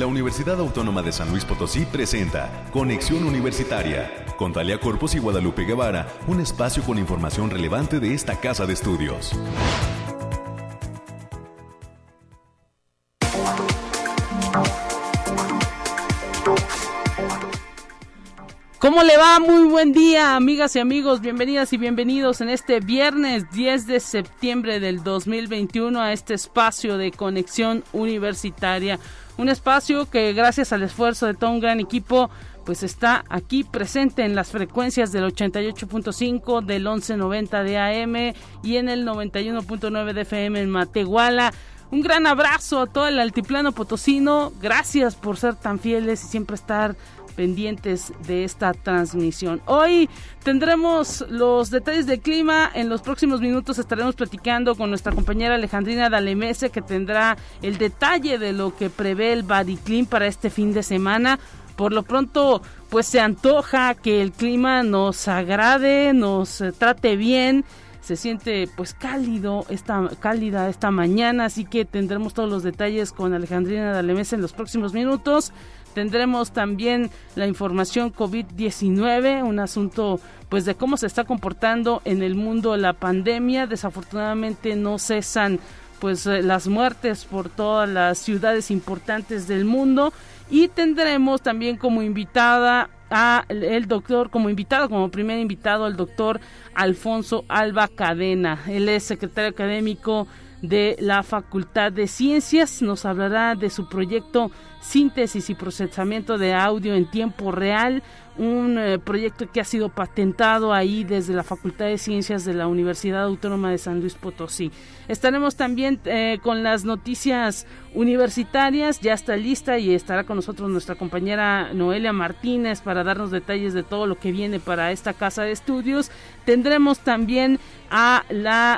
La Universidad Autónoma de San Luis Potosí presenta Conexión Universitaria con Talia Corpus y Guadalupe Guevara, un espacio con información relevante de esta casa de estudios. ¿Cómo le va? Muy buen día, amigas y amigos, bienvenidas y bienvenidos en este viernes 10 de septiembre del 2021 a este espacio de Conexión Universitaria. Un espacio que gracias al esfuerzo de todo un gran equipo pues está aquí presente en las frecuencias del 88.5, del 1190 de AM y en el 91.9 de FM en Matehuala. Un gran abrazo a todo el altiplano potosino, gracias por ser tan fieles y siempre estar pendientes de esta transmisión. Hoy tendremos los detalles del clima. En los próximos minutos estaremos platicando con nuestra compañera Alejandrina Dalemese, que tendrá el detalle de lo que prevé el Bariclim para este fin de semana. Por lo pronto, pues se antoja que el clima nos agrade, nos trate bien. Se siente pues cálida esta mañana, así que tendremos todos los detalles con Alejandrina Dalemese en los próximos minutos. Tendremos también la información COVID-19, un asunto pues de cómo se está comportando en el mundo la pandemia. Desafortunadamente no cesan pues las muertes por todas las ciudades importantes del mundo, y tendremos también como invitada como primer invitado al doctor Alfonso Alba Cadena. Él es secretario académico de la Facultad de Ciencias. Nos hablará de su proyecto Síntesis y Procesamiento de Audio en Tiempo Real, un proyecto que ha sido patentado ahí desde la Facultad de Ciencias de la Universidad Autónoma de San Luis Potosí. Estaremos también con las noticias universitarias. Ya está lista y estará con nosotros nuestra compañera Noelia Martínez para darnos detalles de todo lo que viene para esta casa de estudios. Tendremos también a la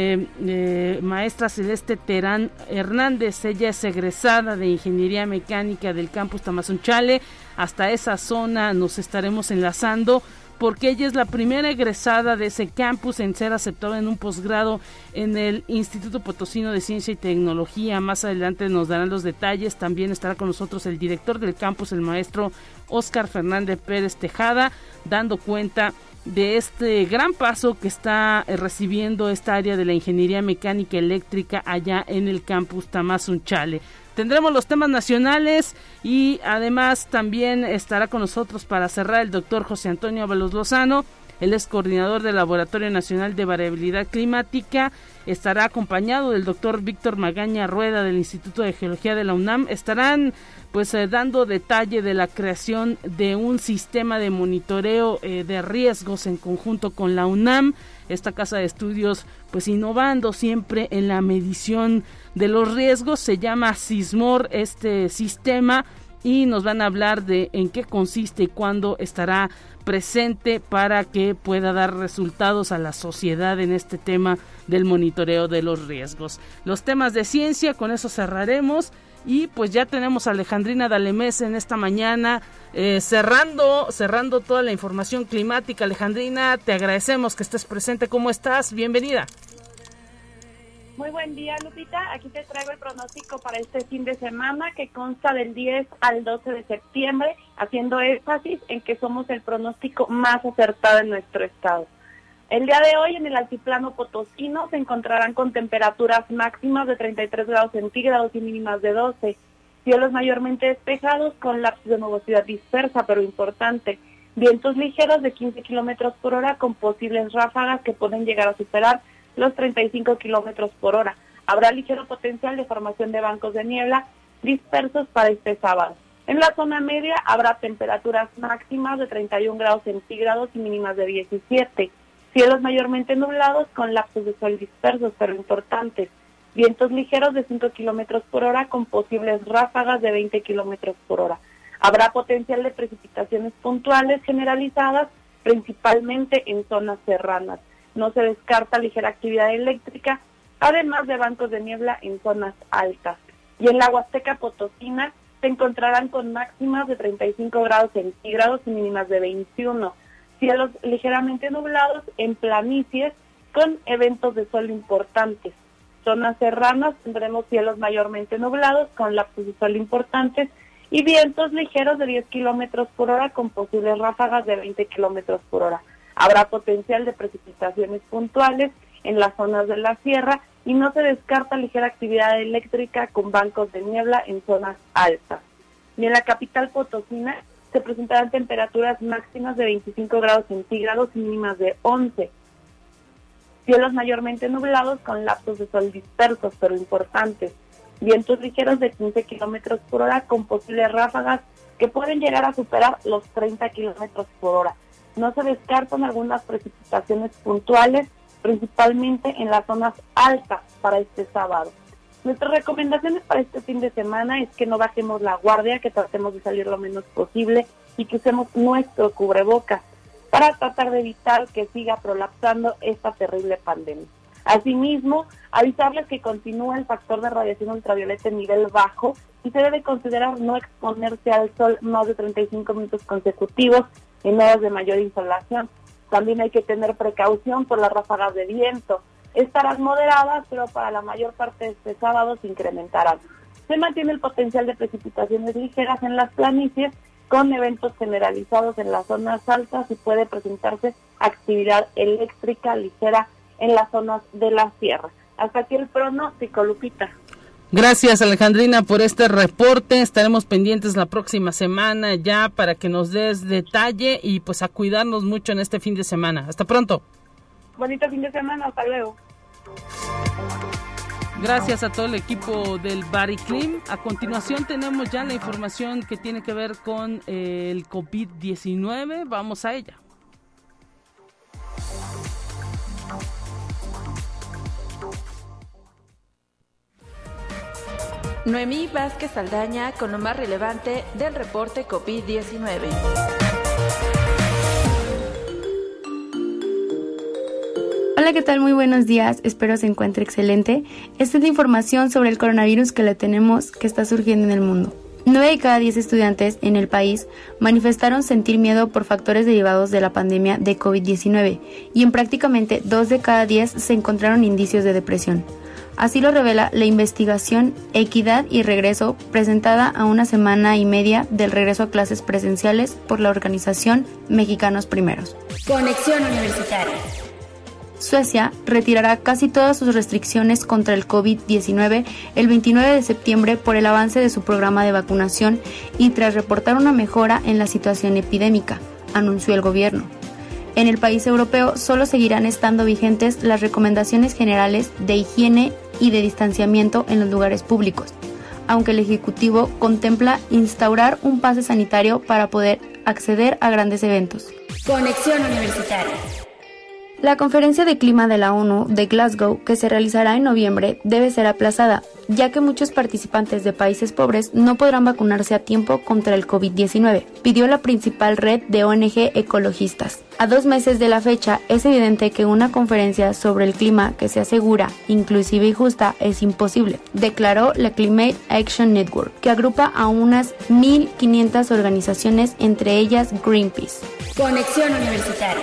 maestra Celeste Terán Hernández. Ella es egresada de Ingeniería Mecánica del campus Tamazunchale. Hasta esa zona nos estaremos enlazando, porque ella es la primera egresada de ese campus en ser aceptada en un posgrado en el Instituto Potosino de Ciencia y Tecnología. Más adelante nos darán los detalles. También estará con nosotros el director del campus, el maestro Óscar Fernández Pérez Tejada, dando cuenta de este gran paso que está recibiendo esta área de la Ingeniería Mecánica Eléctrica allá en el campus Tamazunchale. Tendremos los temas nacionales y además también estará con nosotros para cerrar el doctor José Antonio Ábalos Lozano. Él es coordinador del Laboratorio Nacional de Variabilidad Climática. Estará acompañado del doctor Víctor Magaña Rueda del Instituto de Geología de la UNAM. Estarán pues dando detalle de la creación de un sistema de monitoreo de riesgos en conjunto con la UNAM. Esta casa de estudios pues innovando siempre en la medición de los riesgos. Se llama Sismor este sistema, y nos van a hablar de en qué consiste y cuándo estará presente para que pueda dar resultados a la sociedad en este tema del monitoreo de los riesgos. Los temas de ciencia, con eso cerraremos. Y pues ya tenemos a Alejandrina Dalemese en esta mañana, cerrando toda la información climática. Alejandrina, te agradecemos que estés presente. ¿Cómo estás? Bienvenida. Muy buen día, Lupita. Aquí te traigo el pronóstico para este fin de semana, que consta del 10 al 12 de septiembre, haciendo énfasis en que somos el pronóstico más acertado en nuestro estado. El día de hoy en el altiplano potosino se encontrarán con temperaturas máximas de 33 grados centígrados y mínimas de 12. Cielos mayormente despejados con lapsos de nubosidad dispersa pero importante. Vientos ligeros de 15 kilómetros por hora con posibles ráfagas que pueden llegar a superar los 35 kilómetros por hora. Habrá ligero potencial de formación de bancos de niebla dispersos para este sábado. En la zona media habrá temperaturas máximas de 31 grados centígrados y mínimas de 17. Cielos mayormente nublados con lapsos de sol dispersos pero importantes. Vientos ligeros de 5 kilómetros por hora con posibles ráfagas de 20 kilómetros por hora. Habrá potencial de precipitaciones puntuales generalizadas, principalmente en zonas serranas. No se descarta ligera actividad eléctrica, además de bancos de niebla en zonas altas. Y en la Huasteca Potosina se encontrarán con máximas de 35 grados centígrados y mínimas de 21. Cielos ligeramente nublados en planicies con eventos de sol importantes. Zonas serranas tendremos cielos mayormente nublados con lapsos de sol importantes y vientos ligeros de 10 kilómetros por hora con posibles ráfagas de 20 kilómetros por hora. Habrá potencial de precipitaciones puntuales en las zonas de la sierra y no se descarta ligera actividad eléctrica con bancos de niebla en zonas altas. Y en la capital potosina se presentarán temperaturas máximas de 25 grados centígrados y mínimas de 11. Cielos mayormente nublados con lapsos de sol dispersos pero importantes. Vientos ligeros de 15 kilómetros por hora con posibles ráfagas que pueden llegar a superar los 30 kilómetros por hora. No se descartan algunas precipitaciones puntuales, principalmente en las zonas altas para este sábado. Nuestras recomendaciones para este fin de semana es que no bajemos la guardia, que tratemos de salir lo menos posible y que usemos nuestro cubrebocas para tratar de evitar que siga prolapsando esta terrible pandemia. Asimismo, avisarles que continúa el factor de radiación ultravioleta en nivel bajo y se debe considerar no exponerse al sol más de 35 minutos consecutivos en horas de mayor insolación. También hay que tener precaución por las ráfagas de viento. Estarán moderadas, pero para la mayor parte de este sábado se incrementarán. Se mantiene el potencial de precipitaciones ligeras en las planicies, con eventos generalizados en las zonas altas y puede presentarse actividad eléctrica ligera en las zonas de la sierra. Hasta aquí el pronóstico, Lupita. Gracias, Alejandrina, por este reporte. Estaremos pendientes la próxima semana ya para que nos des detalle y pues a cuidarnos mucho en este fin de semana. Hasta pronto. Bonito fin de semana, hasta luego. Gracias a todo el equipo del Bariclim. A continuación tenemos ya la información que tiene que ver con el COVID-19. Vamos a ella. Noemí Vázquez Saldaña con lo más relevante del reporte COVID-19. Hola, ¿qué tal? Muy buenos días, espero se encuentre excelente. Esta es la información sobre el coronavirus que le tenemos que está surgiendo en el mundo. 9 de cada 10 estudiantes en el país manifestaron sentir miedo por factores derivados de la pandemia de COVID-19 y en prácticamente 2 de cada 10 se encontraron indicios de depresión. Así lo revela la investigación Equidad y Regreso, presentada a una semana y media del regreso a clases presenciales por la organización Mexicanos Primeros. Conexión Universitaria. Suecia retirará casi todas sus restricciones contra el COVID-19 el 29 de septiembre por el avance de su programa de vacunación y tras reportar una mejora en la situación epidémica, anunció el gobierno. En el país europeo solo seguirán estando vigentes las recomendaciones generales de higiene y de distanciamiento en los lugares públicos, aunque el Ejecutivo contempla instaurar un pase sanitario para poder acceder a grandes eventos. Conexión Universitaria. La conferencia de clima de la ONU de Glasgow, que se realizará en noviembre, debe ser aplazada, ya que muchos participantes de países pobres no podrán vacunarse a tiempo contra el COVID-19, pidió la principal red de ONG ecologistas. A 2 meses de la fecha, es evidente que una conferencia sobre el clima que sea segura, inclusiva y justa es imposible, declaró la Climate Action Network, que agrupa a unas 1.500 organizaciones, entre ellas Greenpeace. Conexión Universitaria.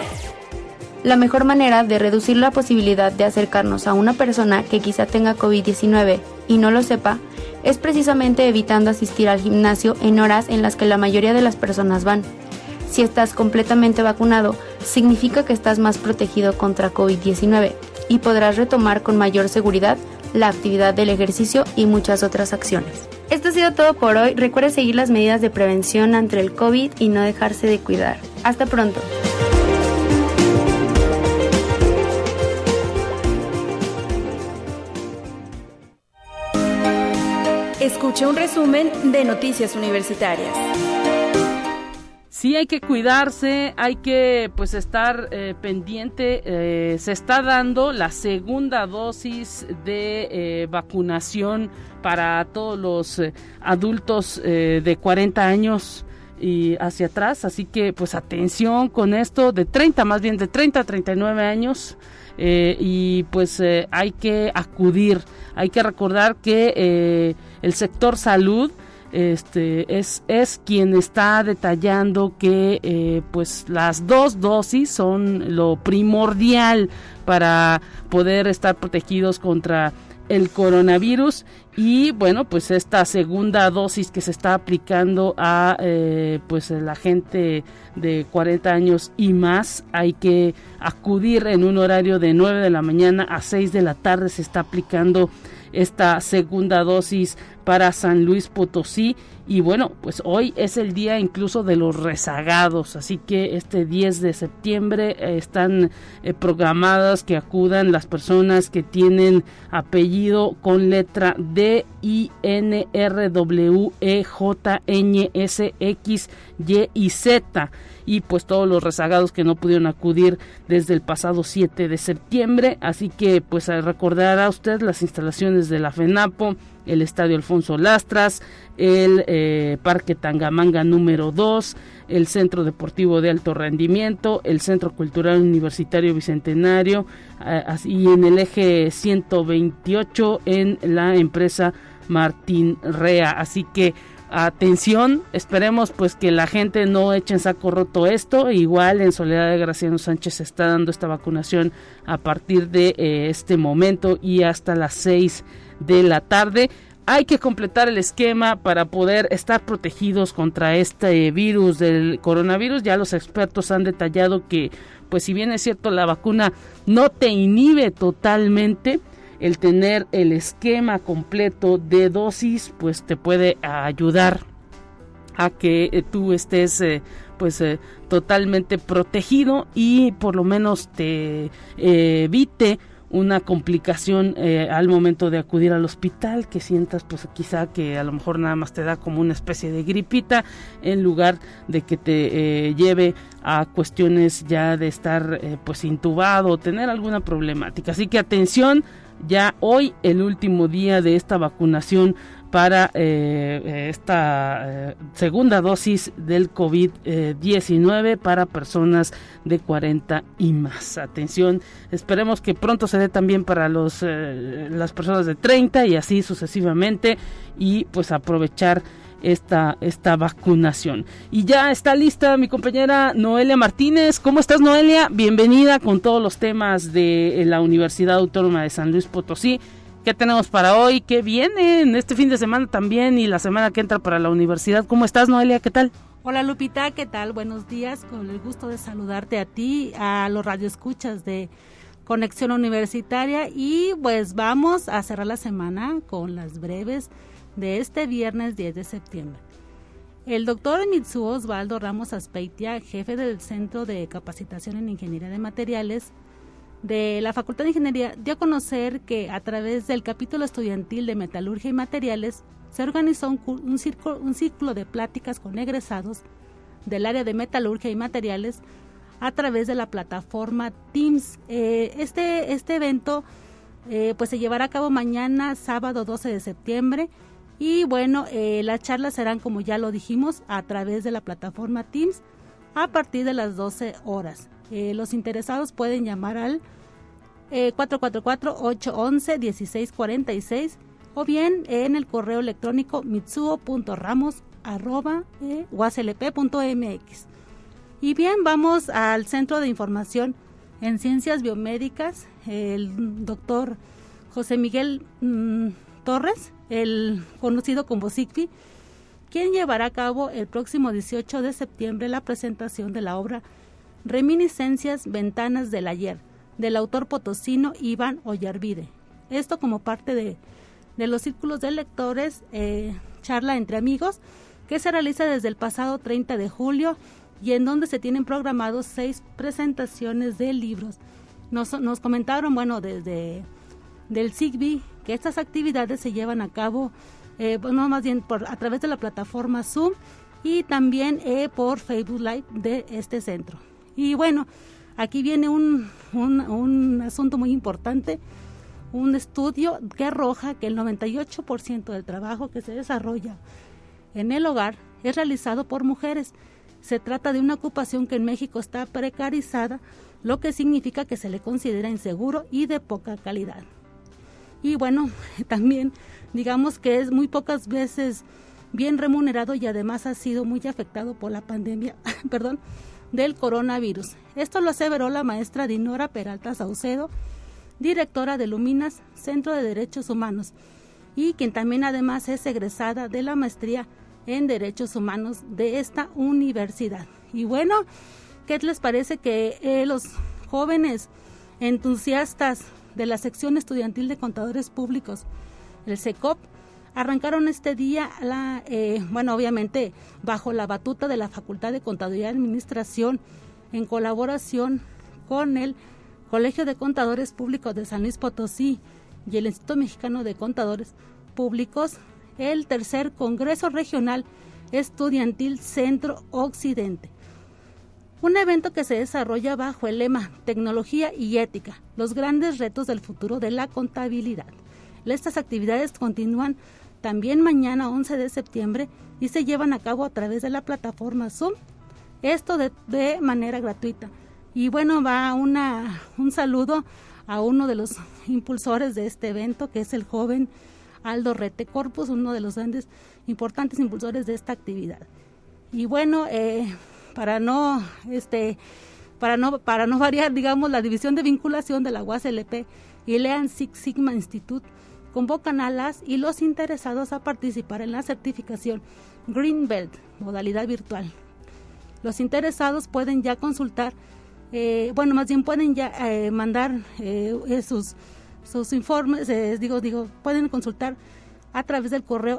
La mejor manera de reducir la posibilidad de acercarnos a una persona que quizá tenga COVID-19 y no lo sepa, es precisamente evitando asistir al gimnasio en horas en las que la mayoría de las personas van. Si estás completamente vacunado, significa que estás más protegido contra COVID-19 y podrás retomar con mayor seguridad la actividad del ejercicio y muchas otras acciones. Esto ha sido todo por hoy. Recuerde seguir las medidas de prevención ante el COVID y no dejarse de cuidar. Hasta pronto. Escucha un resumen de Noticias Universitarias. Sí, hay que cuidarse, hay que pues estar pendiente. Se está dando la segunda dosis de vacunación para todos los adultos de 40 años y hacia atrás, así que pues atención con esto, de 30 a 39 años. Y pues hay que acudir, hay que recordar que el sector salud es quien está detallando que pues las 2 dosis son lo primordial para poder estar protegidos contra el coronavirus. Y bueno, pues esta segunda dosis que se está aplicando a pues la gente de 40 años y más, hay que acudir en un horario de 9 de la mañana a 6 de la tarde. Se está aplicando esta segunda dosis para San Luis Potosí. Y bueno, pues hoy es el día incluso de los rezagados, así que este 10 de septiembre están programadas que acudan las personas que tienen apellido con letra D, I, N, R, W, E, J, Ñ, S, X, Y y Z. Y pues todos los rezagados que no pudieron acudir desde el pasado 7 de septiembre. Así que pues recordará usted las instalaciones de la FENAPO, el Estadio Alfonso Lastras, el Parque Tangamanga número 2, el Centro Deportivo de Alto Rendimiento, el Centro Cultural Universitario Bicentenario, y en el eje 128 en la empresa Martín Rea. Así que atención, esperemos pues que la gente no eche en saco roto esto. Igual en Soledad de Graciano Sánchez se está dando esta vacunación a partir de este momento y hasta las 6 de la tarde. Hay que completar el esquema para poder estar protegidos contra este virus del coronavirus. Ya los expertos han detallado que, pues si bien es cierto, la vacuna no te inhibe totalmente, el tener el esquema completo de dosis pues te puede ayudar a que tú estés totalmente protegido y por lo menos te evite una complicación al momento de acudir al hospital, que sientas pues quizá que a lo mejor nada más te da como una especie de gripita, en lugar de que te lleve a cuestiones ya de estar pues intubado o tener alguna problemática. Así que atención, ya hoy el último día de esta vacunación para esta segunda dosis del COVID-19 para personas de 40 y más. Atención, esperemos que pronto se dé también para las personas de 30 y así sucesivamente, y pues aprovechar esta vacunación. Y ya está lista mi compañera Noelia Martínez. ¿Cómo estás, Noelia? Bienvenida con todos los temas de la Universidad Autónoma de San Luis Potosí. ¿Qué tenemos para hoy? ¿Qué viene en este fin de semana también y la semana que entra para la universidad? ¿Cómo estás, Noelia? ¿Qué tal? Hola, Lupita, ¿qué tal? Buenos días, con el gusto de saludarte a ti, a los radioescuchas de Conexión Universitaria, y pues vamos a cerrar la semana con las breves de este viernes 10 de septiembre. El doctor Mitsuo Osvaldo Ramos Azpeitia, jefe del Centro de Capacitación en Ingeniería de Materiales de la Facultad de Ingeniería, dio a conocer que a través del capítulo estudiantil de Metalurgia y Materiales se organizó un ciclo de pláticas con egresados del área de Metalurgia y Materiales a través de la plataforma Teams. Este evento pues se llevará a cabo mañana, sábado 12 de septiembre, y bueno, las charlas serán, como ya lo dijimos, a través de la plataforma Teams a partir de las 12 horas. Los interesados pueden llamar al 444-811-1646 o bien en el correo electrónico mitsuo.ramos@uaslp.mx. Y bien, vamos al Centro de Información en Ciencias Biomédicas, el doctor José Miguel Torres, el conocido como SIGBI, quien llevará a cabo el próximo 18 de septiembre la presentación de la obra Reminiscencias, Ventanas del Ayer, del autor potosino Iván Ollarvide. Esto como parte de los círculos de lectores, charla entre amigos, que se realiza desde el pasado 30 de julio y en donde se tienen programados 6 presentaciones de libros. Nos comentaron, bueno, desde del SIGBI, que estas actividades se llevan a cabo, más bien a través de la plataforma Zoom y también por Facebook Live de este centro. Y bueno, aquí viene un asunto muy importante, un estudio que arroja que el 98% del trabajo que se desarrolla en el hogar es realizado por mujeres. Se trata de una ocupación que en México está precarizada, lo que significa que se le considera inseguro y de poca calidad. Y bueno, también digamos que es muy pocas veces bien remunerado y además ha sido muy afectado por la pandemia, del coronavirus. Esto lo aseveró la maestra Dinora Peralta Saucedo, directora de Luminas, Centro de Derechos Humanos, y quien también además es egresada de la maestría en Derechos Humanos de esta universidad. Y bueno, ¿qué les parece que los jóvenes entusiastas de la sección estudiantil de contadores públicos, el SECOP, arrancaron este día, obviamente bajo la batuta de la Facultad de Contaduría y Administración, en colaboración con el Colegio de Contadores Públicos de San Luis Potosí y el Instituto Mexicano de Contadores Públicos, el tercer Congreso Regional Estudiantil Centro Occidente. Un evento que se desarrolla bajo el lema Tecnología y Ética, los grandes retos del futuro de la contabilidad. Estas actividades continúan también mañana 11 de septiembre y se llevan a cabo a través de la plataforma Zoom, esto de manera gratuita. Y bueno, va un saludo a uno de los impulsores de este evento, que es el joven Aldo Rete Corpus, uno de los grandes, importantes impulsores de esta actividad. Y bueno, para no variar, digamos, la división de vinculación de la UASLP y Lean Six Sigma Institute convocan a las y los interesados a participar en la certificación Green Belt, modalidad virtual. Los interesados pueden ya consultar, pueden ya mandar sus informes, pueden consultar a través del correo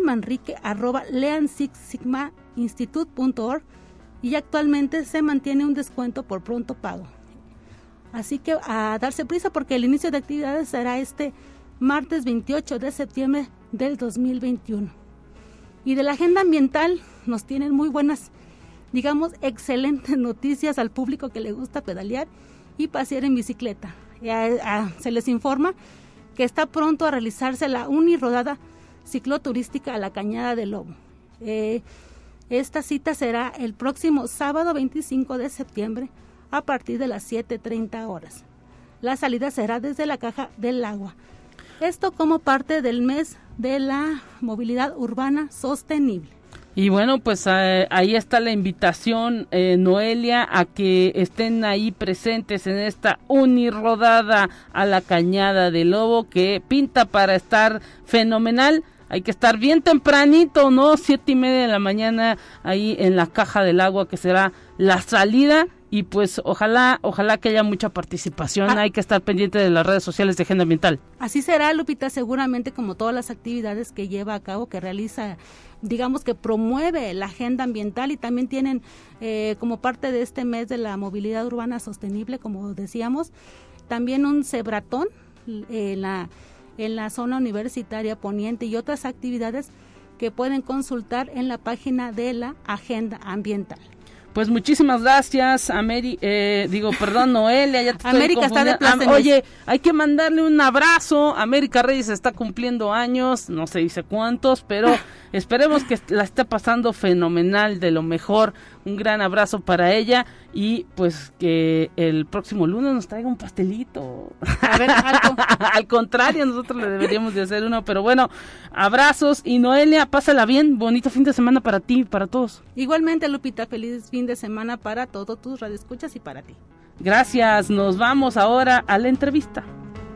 nmanrique@leansixsigmainstitute.org, y actualmente se mantiene un descuento por pronto pago. Así que a darse prisa, porque el inicio de actividades será este martes 28 de septiembre del 2021. Y de la agenda ambiental nos tienen muy buenas, excelentes noticias al público que le gusta pedalear y pasear en bicicleta. Se les informa que está pronto a realizarse la unirodada cicloturística a la Cañada del Lobo. Esta cita será el próximo sábado 25 de septiembre a partir de las 7:30 horas. La salida será desde la Caja del Agua. Esto como parte del mes de la movilidad urbana sostenible. Y bueno, pues ahí está la invitación, Noelia, a que estén ahí presentes en esta unirodada a la Cañada del Lobo, que pinta para estar fenomenal. Hay que estar bien tempranito, ¿no? 7:30 de la mañana ahí en la Caja del Agua, que será la salida. Y pues ojalá que haya mucha participación. Hay que estar pendiente de las redes sociales de Agenda Ambiental. Así será, Lupita, seguramente, como todas las actividades que lleva a cabo, que realiza, que promueve la agenda ambiental, y también tienen como parte de este mes de la movilidad urbana sostenible, como decíamos, también un cebratón en la zona universitaria poniente, y otras actividades que pueden consultar en la página de la Agenda Ambiental. Pues muchísimas gracias, Noelia, ya te estoy América está de plácemes. Oye, hay que mandarle un abrazo. América Reyes está cumpliendo años, no se dice cuántos, pero esperemos que la esté pasando fenomenal, de lo mejor. Un gran abrazo para ella, y pues que el próximo lunes nos traiga un pastelito. A ver, algo. Al contrario, nosotros le deberíamos de hacer uno, pero bueno, abrazos. Y Noelia, pásala bien, bonito fin de semana para ti y para todos. Igualmente, Lupita, feliz fin de semana para todos tus radioescuchas y para ti. Gracias, nos vamos ahora a la entrevista.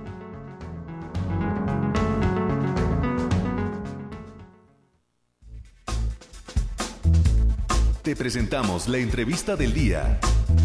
Te presentamos la entrevista del día.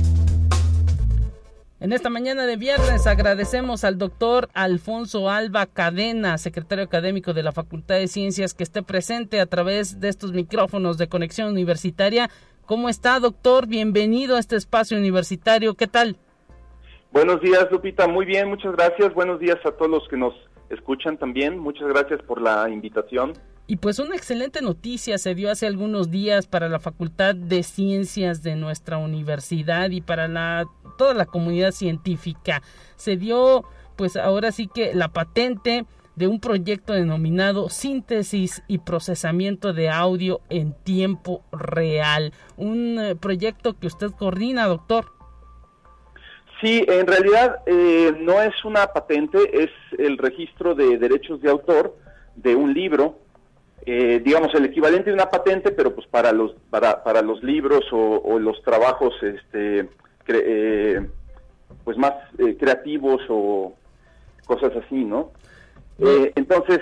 En esta mañana de viernes agradecemos al doctor Alfonso Alba Cadena, secretario académico de la Facultad de Ciencias, que esté presente a través de estos micrófonos de Conexión Universitaria. ¿Cómo está, doctor? Bienvenido a este espacio universitario. ¿Qué tal? Buenos días, Lupita. Muy bien, muchas gracias. Buenos días a todos los que nos escuchan también. Muchas gracias por la invitación. Y pues una excelente noticia se dio hace algunos días para la Facultad de Ciencias de nuestra universidad y para toda la comunidad científica. Se dio, pues ahora sí que la patente de un proyecto denominado Síntesis y Procesamiento de Audio en Tiempo Real. Un proyecto que usted coordina, doctor. Sí, en realidad no es una patente, es el registro de derechos de autor de un libro. Digamos el equivalente de una patente, pero pues para los libros o los trabajos pues más creativos o cosas así, ¿no? Entonces,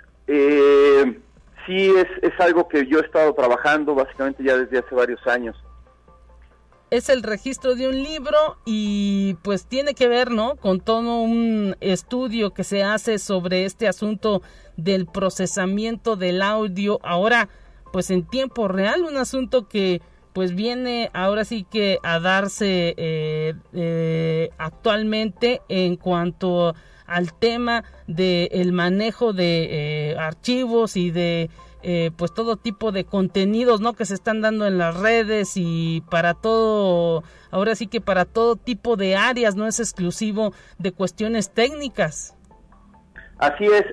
sí es algo que yo he estado trabajando básicamente ya desde hace varios años. Es el registro de un libro y pues tiene que ver, ¿no?, con todo un estudio que se hace sobre este asunto del procesamiento del audio, ahora pues en tiempo real, un asunto que pues viene ahora sí que a darse actualmente en cuanto al tema del manejo de archivos y de pues todo tipo de contenidos, ¿no?, que se están dando en las redes y para todo, ahora sí que para todo tipo de áreas, no es exclusivo de cuestiones técnicas. Así es,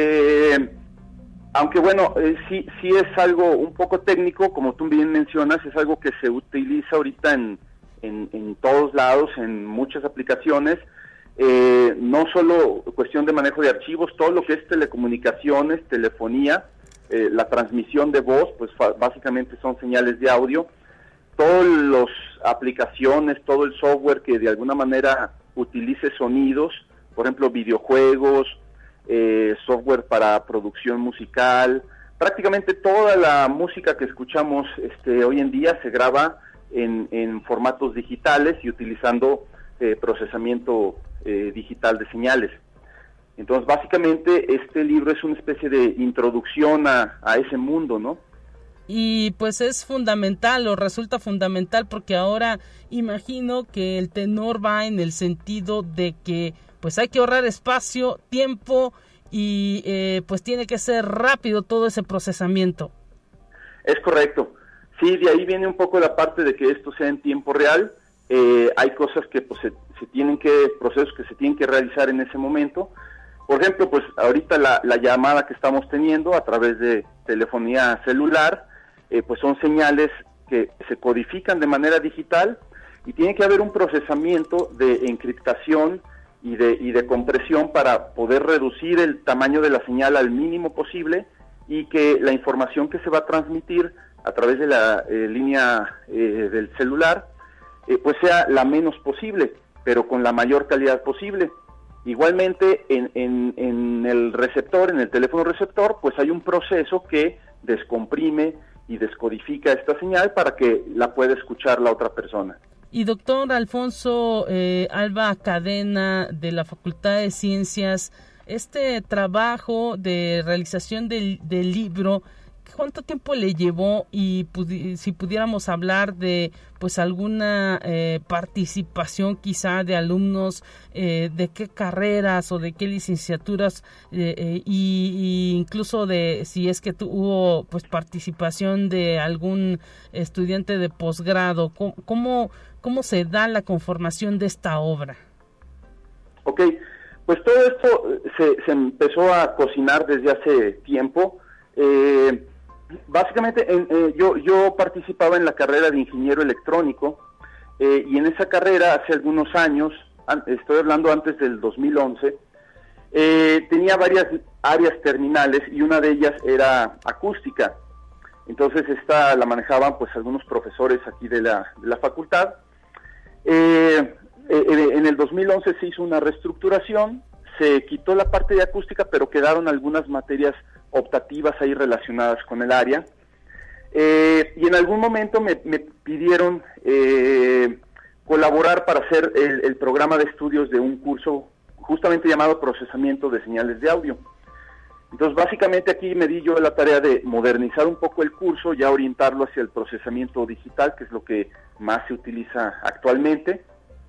aunque bueno, sí es algo un poco técnico, como tú bien mencionas, es algo que se utiliza ahorita en todos lados, en muchas aplicaciones, no solo cuestión de manejo de archivos, todo lo que es telecomunicaciones, telefonía, la transmisión de voz, pues básicamente son señales de audio. Todas las aplicaciones, todo el software que de alguna manera utilice sonidos, por ejemplo, videojuegos, software para producción musical, prácticamente toda la música que escuchamos hoy en día se graba en formatos digitales y utilizando procesamiento digital de señales. Entonces, básicamente, este libro es una especie de introducción a ese mundo, ¿no? Y pues es fundamental o resulta fundamental porque ahora imagino que el tenor va en el sentido de que pues hay que ahorrar espacio, tiempo y pues tiene que ser rápido todo ese procesamiento. Es correcto. Sí, de ahí viene un poco la parte de que esto sea en tiempo real. Hay cosas que pues procesos que se tienen que realizar en ese momento. Por ejemplo, pues ahorita la llamada que estamos teniendo a través de telefonía celular, pues son señales que se codifican de manera digital y tiene que haber un procesamiento de encriptación y de compresión para poder reducir el tamaño de la señal al mínimo posible y que la información que se va a transmitir a través de la línea del celular pues sea la menos posible, pero con la mayor calidad posible. Igualmente en el receptor, en el teléfono receptor, pues hay un proceso que descomprime y descodifica esta señal para que la pueda escuchar la otra persona. Y doctor Alfonso Alba Cadena, de la Facultad de Ciencias, este trabajo de realización del libro, ¿cuánto tiempo le llevó? Y si pudiéramos hablar de pues alguna participación quizá de alumnos, de qué carreras o de qué licenciaturas, y incluso de si es que hubo pues participación de algún estudiante de posgrado, ¿cómo se da la conformación de esta obra? Ok, pues todo esto se empezó a cocinar desde hace tiempo. Básicamente yo participaba en la carrera de ingeniero electrónico y en esa carrera hace algunos años, estoy hablando antes del 2011, tenía varias áreas terminales y una de ellas era acústica. Entonces esta la manejaban pues algunos profesores aquí de la facultad. En el 2011 se hizo una reestructuración, se quitó la parte de acústica, pero quedaron algunas materias optativas ahí relacionadas con el área, y en algún momento me pidieron colaborar para hacer el programa de estudios de un curso justamente llamado Procesamiento de Señales de Audio. Entonces básicamente aquí me di yo la tarea de modernizar un poco el curso, ya orientarlo hacia el procesamiento digital, que es lo que más se utiliza actualmente,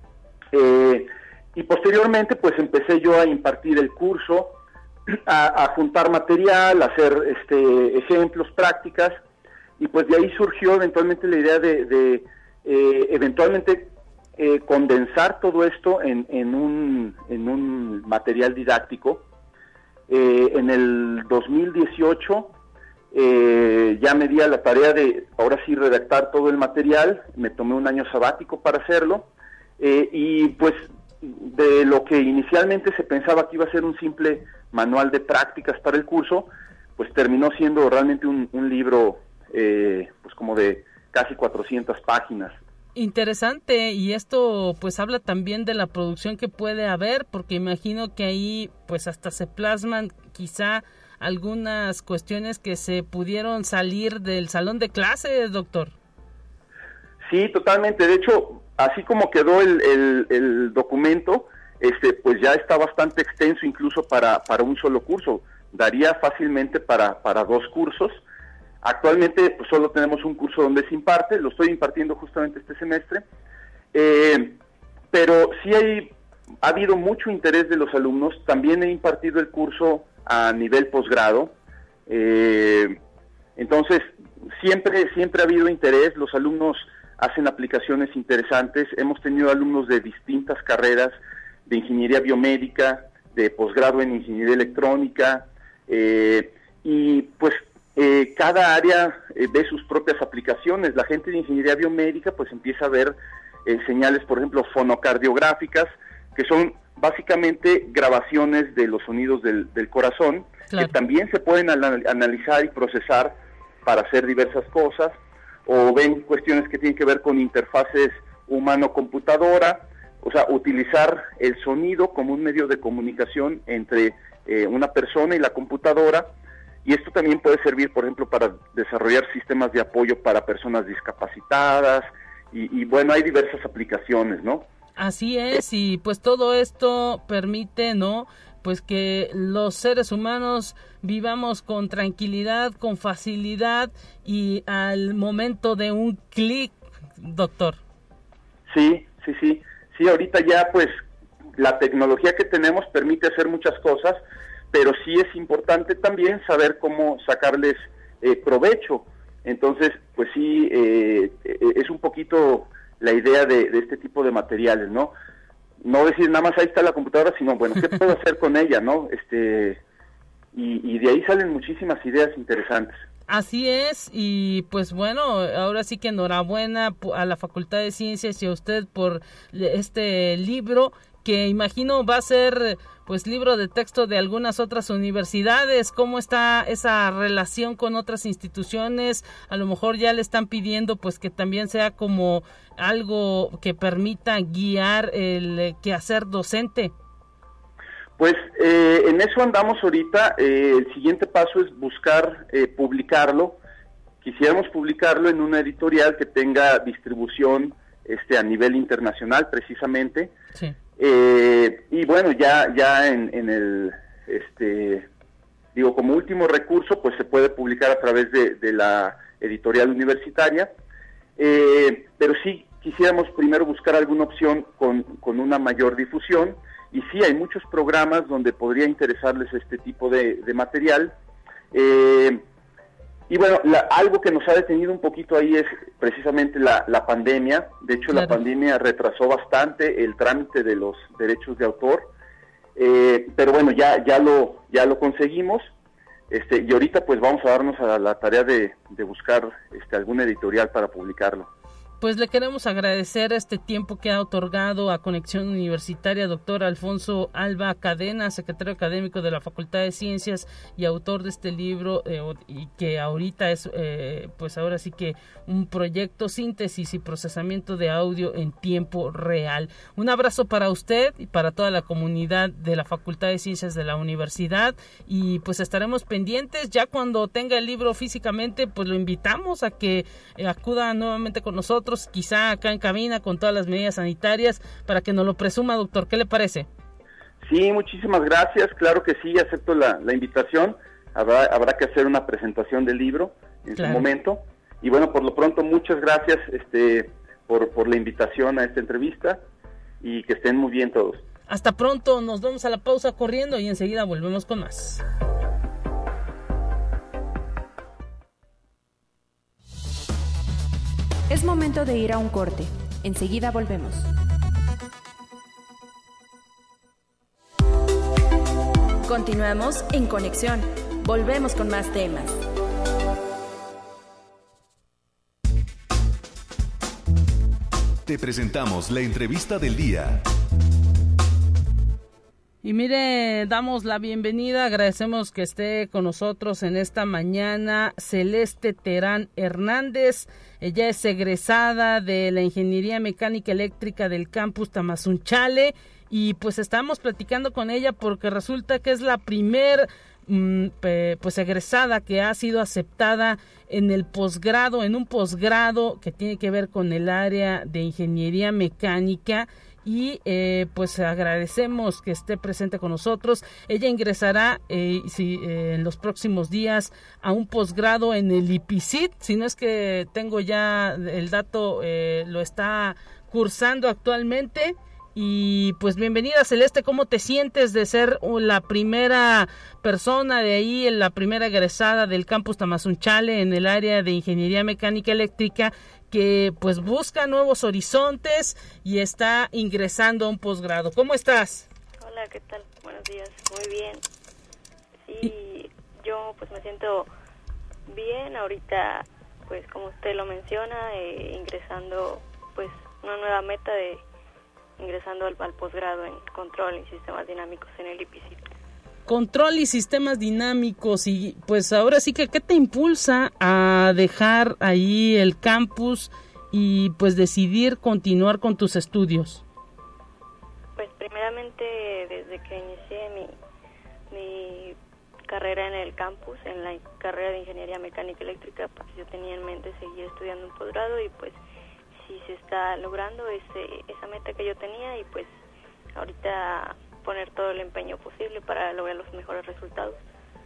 y posteriormente pues empecé yo a impartir el curso, a juntar material, a hacer ejemplos, prácticas, y pues de ahí surgió eventualmente la idea de eventualmente condensar todo esto en un material didáctico. En el 2018 ya me di a la tarea de ahora sí redactar todo el material, me tomé un año sabático para hacerlo, y pues de lo que inicialmente se pensaba que iba a ser un simple manual de prácticas para el curso, pues terminó siendo realmente un libro pues como de casi 400 páginas. Interesante, y esto pues habla también de la producción que puede haber, porque imagino que ahí pues hasta se plasman quizá algunas cuestiones que se pudieron salir del salón de clases, doctor. Sí, totalmente. De hecho, así como quedó el documento, pues ya está bastante extenso incluso para un solo curso. Daría fácilmente para 2 cursos. Actualmente pues solo tenemos un curso donde se imparte, lo estoy impartiendo justamente este semestre, pero sí ha habido mucho interés de los alumnos. También he impartido el curso a nivel posgrado, entonces siempre ha habido interés. Los alumnos hacen aplicaciones interesantes. Hemos tenido alumnos de distintas carreras, de ingeniería biomédica, de posgrado en ingeniería electrónica, y pues cada área ve sus propias aplicaciones. La gente de ingeniería biomédica pues empieza a ver señales, por ejemplo, fonocardiográficas, que son básicamente grabaciones de los sonidos del corazón, claro, que también se pueden analizar y procesar para hacer diversas cosas, o ven cuestiones que tienen que ver con interfaces humano-computadora, o sea, utilizar el sonido como un medio de comunicación entre una persona y la computadora. Y esto también puede servir, por ejemplo, para desarrollar sistemas de apoyo para personas discapacitadas, y bueno, hay diversas aplicaciones, ¿no? Así es, y pues todo esto permite, ¿no?, pues que los seres humanos vivamos con tranquilidad, con facilidad y al momento de un clic, doctor. Sí, ahorita ya pues la tecnología que tenemos permite hacer muchas cosas, pero sí es importante también saber cómo sacarles provecho. Entonces, pues sí, es un poquito la idea de este tipo de materiales, ¿no? No decir nada más ahí está la computadora, sino, bueno, ¿qué puedo hacer con ella, no? Y de ahí salen muchísimas ideas interesantes. Así es, y pues bueno, ahora sí que enhorabuena a la Facultad de Ciencias y a usted por este libro, que imagino va a ser pues libro de texto de algunas otras universidades. ¿Cómo está esa relación con otras instituciones? A lo mejor ya le están pidiendo pues que también sea como algo que permita guiar el quehacer docente. Pues en eso andamos ahorita. El siguiente paso es buscar publicarlo. Quisiéramos publicarlo en una editorial que tenga distribución a nivel internacional, precisamente. Sí. Y bueno, ya en el como último recurso, pues se puede publicar a través de la editorial universitaria, pero sí quisiéramos primero buscar alguna opción con una mayor difusión. Y sí, hay muchos programas donde podría interesarles este tipo de material. Y bueno, algo que nos ha detenido un poquito ahí es precisamente la pandemia. De hecho, claro, la pandemia retrasó bastante el trámite de los derechos de autor. Pero bueno, ya lo conseguimos. Y ahorita pues vamos a darnos a la tarea de buscar alguna editorial para publicarlo. Pues le queremos agradecer este tiempo que ha otorgado a Conexión Universitaria, doctor Alfonso Alba Cadena, secretario académico de la Facultad de Ciencias y autor de este libro, y que ahorita es, pues ahora sí que un proyecto síntesis y procesamiento de audio en tiempo real. Un abrazo para usted y para toda la comunidad de la Facultad de Ciencias de la Universidad, y pues estaremos pendientes. Ya cuando tenga el libro físicamente, pues lo invitamos a que acuda nuevamente con nosotros, quizá acá en cabina con todas las medidas sanitarias, para que nos lo presuma, doctor. ¿Qué le parece? Sí, muchísimas gracias. Claro que sí, acepto la invitación. Habrá que hacer una presentación del libro en su momento. Y bueno, por lo pronto, muchas gracias por la invitación a esta entrevista, y que estén muy bien todos. Hasta pronto, nos vamos a la pausa corriendo y enseguida volvemos con más. Es momento de ir a un corte. Enseguida volvemos. Continuamos en Conexión. Volvemos con más temas. Te presentamos la entrevista del día. Y mire, damos la bienvenida, agradecemos que esté con nosotros en esta mañana Celeste Terán Hernández. Ella es egresada de la Ingeniería Mecánica Eléctrica del Campus Tamazunchale y pues estamos platicando con ella porque resulta que es la primer pues egresada que ha sido aceptada en el posgrado, en un posgrado que tiene que ver con el área de Ingeniería Mecánica. Y pues agradecemos que esté presente con nosotros. Ella ingresará en los próximos días a un posgrado en el IPICIT, si no es que tengo ya el dato, lo está cursando actualmente. Y pues bienvenida, Celeste, ¿cómo te sientes de ser la primera persona de ahí, la primera egresada del campus Tamazunchale en el área de Ingeniería Mecánica Eléctrica, que pues busca nuevos horizontes y está ingresando a un posgrado? ¿Cómo estás? Hola, ¿qué tal? Buenos días, muy bien. Sí, yo pues me siento bien ahorita, pues como usted lo menciona, ingresando pues una nueva meta de ingresando al posgrado en Control y Sistemas Dinámicos en el IPICIT. Control y Sistemas Dinámicos, y pues ahora sí que, ¿qué te impulsa a dejar ahí el campus y pues decidir continuar con tus estudios? Pues primeramente desde que inicié mi carrera en el campus, en la carrera de Ingeniería Mecánica Eléctrica, pues yo tenía en mente seguir estudiando un posgrado y pues si se está logrando esa meta que yo tenía y pues ahorita poner todo el empeño posible para lograr los mejores resultados.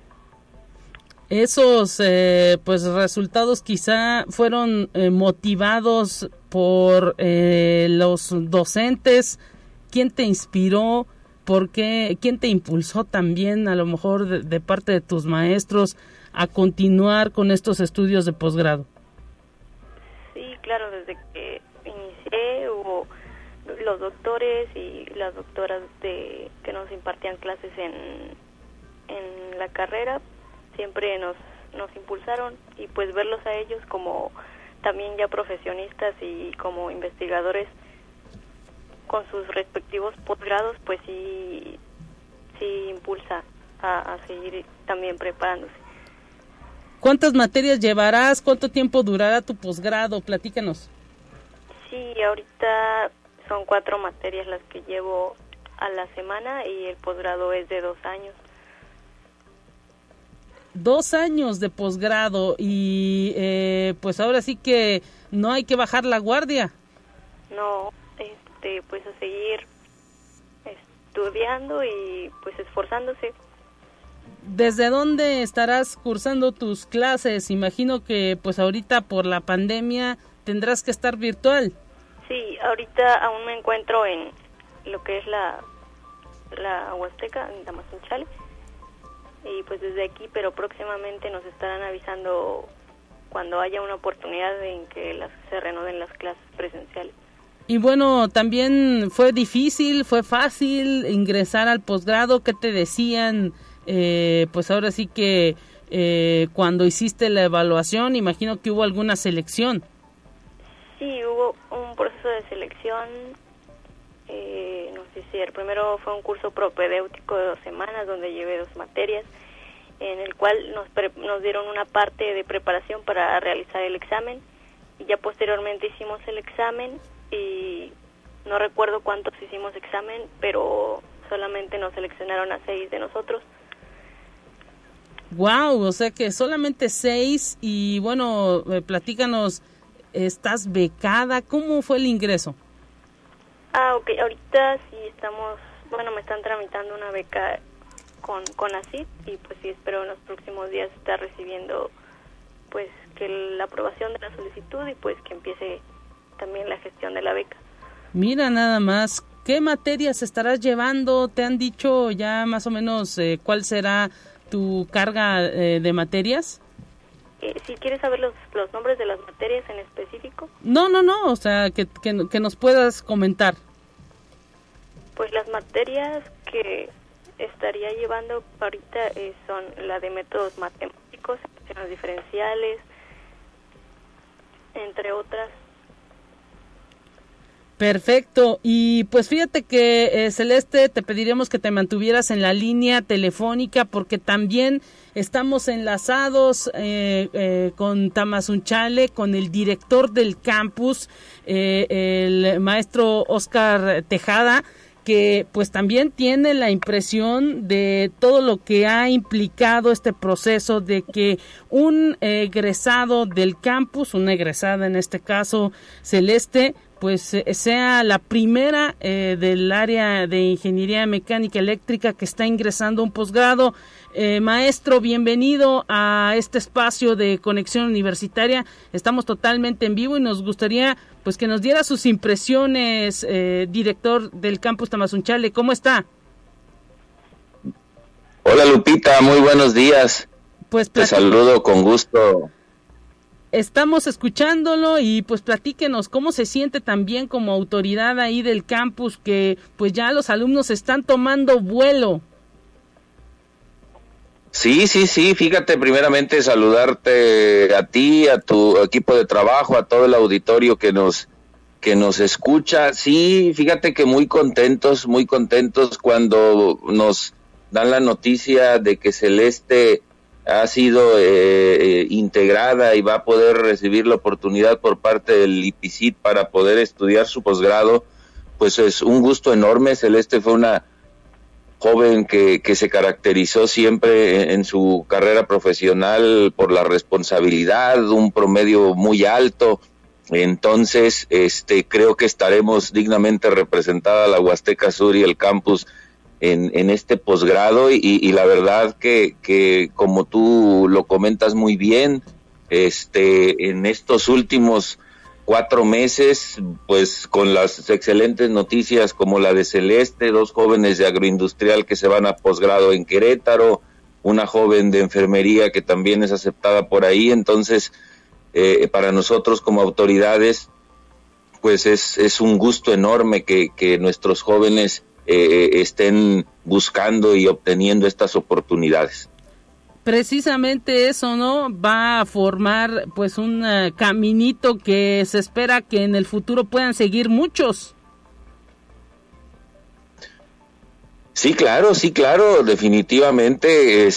Esos pues resultados quizá fueron motivados por los docentes. ¿Quién te inspiró? ¿Por qué? ¿Quién te impulsó también a lo mejor de parte de tus maestros a continuar con estos estudios de posgrado? Sí, claro, desde que inicié hubo los doctores y las doctoras que nos impartían clases en la carrera, siempre nos impulsaron y pues verlos a ellos como también ya profesionistas y como investigadores con sus respectivos posgrados, pues sí impulsa a seguir también preparándose. ¿Cuántas materias llevarás? ¿Cuánto tiempo durará tu posgrado? Platícanos. Sí, ahorita son 4 materias las que llevo a la semana y el posgrado es de 2 años. 2 años de posgrado y pues ahora sí que no hay que bajar la guardia. No, pues a seguir estudiando y pues esforzándose. ¿Desde dónde estarás cursando tus clases? Imagino que pues ahorita por la pandemia tendrás que estar virtual. Sí, ahorita aún me encuentro en lo que es la Huasteca, en Tamazunchale, y pues desde aquí, pero próximamente nos estarán avisando cuando haya una oportunidad en que se reanuden las clases presenciales. Y bueno, también fue difícil, fue fácil ingresar al posgrado. ¿Qué te decían? Pues ahora sí que cuando hiciste la evaluación, imagino que hubo alguna selección. Sí, hubo un proceso de selección. No sé si el primero fue un curso propedéutico de 2 semanas donde llevé 2 materias, en el cual nos dieron una parte de preparación para realizar el examen y ya posteriormente hicimos el examen y no recuerdo cuántos hicimos examen, pero solamente nos seleccionaron a 6 de nosotros. Wow, o sea que solamente 6 y bueno, platícanos, ¿estás becada? ¿Cómo fue el ingreso? Ok, ahorita sí me están tramitando una beca con CONACYT y pues sí espero en los próximos días estar recibiendo pues que la aprobación de la solicitud y pues que empiece también la gestión de la beca. Mira nada más, ¿qué materias estarás llevando? ¿Te han dicho ya más o menos cuál será tu carga de materias? Si quieres saber los nombres de las materias en específico. No, o sea, que nos puedas comentar. Pues las materias que estaría llevando ahorita son la de métodos matemáticos, ecuaciones diferenciales, entre otras. Perfecto, y pues fíjate que Celeste, te pediríamos que te mantuvieras en la línea telefónica porque también estamos enlazados con Tamazunchale, con el director del campus, el maestro Oscar Tejada, que pues también tiene la impresión de todo lo que ha implicado este proceso de que un egresado del campus, una egresada en este caso Celeste, pues sea la primera del área de ingeniería mecánica eléctrica que está ingresando a un posgrado. Maestro, bienvenido a este espacio de Conexión Universitaria. Estamos totalmente en vivo y nos gustaría pues que nos diera sus impresiones, director del campus Tamazunchale. ¿Cómo está? Hola Lupita, muy buenos días. Pues te saludo con gusto. Estamos escuchándolo y pues platíquenos cómo se siente también como autoridad ahí del campus, que pues ya los alumnos están tomando vuelo. Sí, fíjate, primeramente saludarte a ti, a tu equipo de trabajo, a todo el auditorio que nos escucha. Sí, fíjate que muy contentos cuando nos dan la noticia de que Celeste ha sido integrada y va a poder recibir la oportunidad por parte del IPICIT para poder estudiar su posgrado. Pues es un gusto enorme. Celeste fue una joven que se caracterizó siempre en su carrera profesional por la responsabilidad, un promedio muy alto. Entonces, creo que estaremos dignamente representada la Huasteca Sur y el campus en este posgrado y la verdad que como tú lo comentas muy bien, en estos últimos 4 meses, pues con las excelentes noticias como la de Celeste, 2 jóvenes de agroindustrial que se van a posgrado en Querétaro, una joven de enfermería que también es aceptada por ahí. Entonces, para nosotros como autoridades, pues es un gusto enorme que nuestros jóvenes estén buscando y obteniendo estas oportunidades. Precisamente eso, ¿no? Va a formar pues un caminito que se espera que en el futuro puedan seguir muchos. Sí, claro, definitivamente.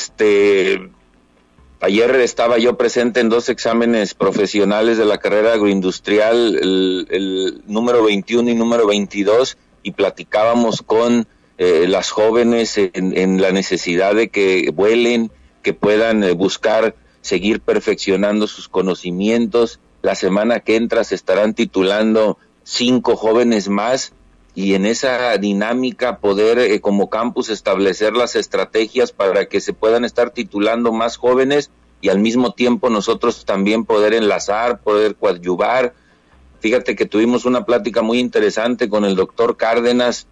Ayer estaba yo presente en 2 exámenes profesionales de la carrera agroindustrial, el número 21 y número 22, y platicábamos con las jóvenes en la necesidad de que vuelen, que puedan buscar seguir perfeccionando sus conocimientos. La semana que entra se estarán titulando 5 jóvenes más y en esa dinámica poder como campus establecer las estrategias para que se puedan estar titulando más jóvenes y al mismo tiempo nosotros también poder enlazar, poder coadyuvar. Fíjate que tuvimos una plática muy interesante con el doctor Cárdenas,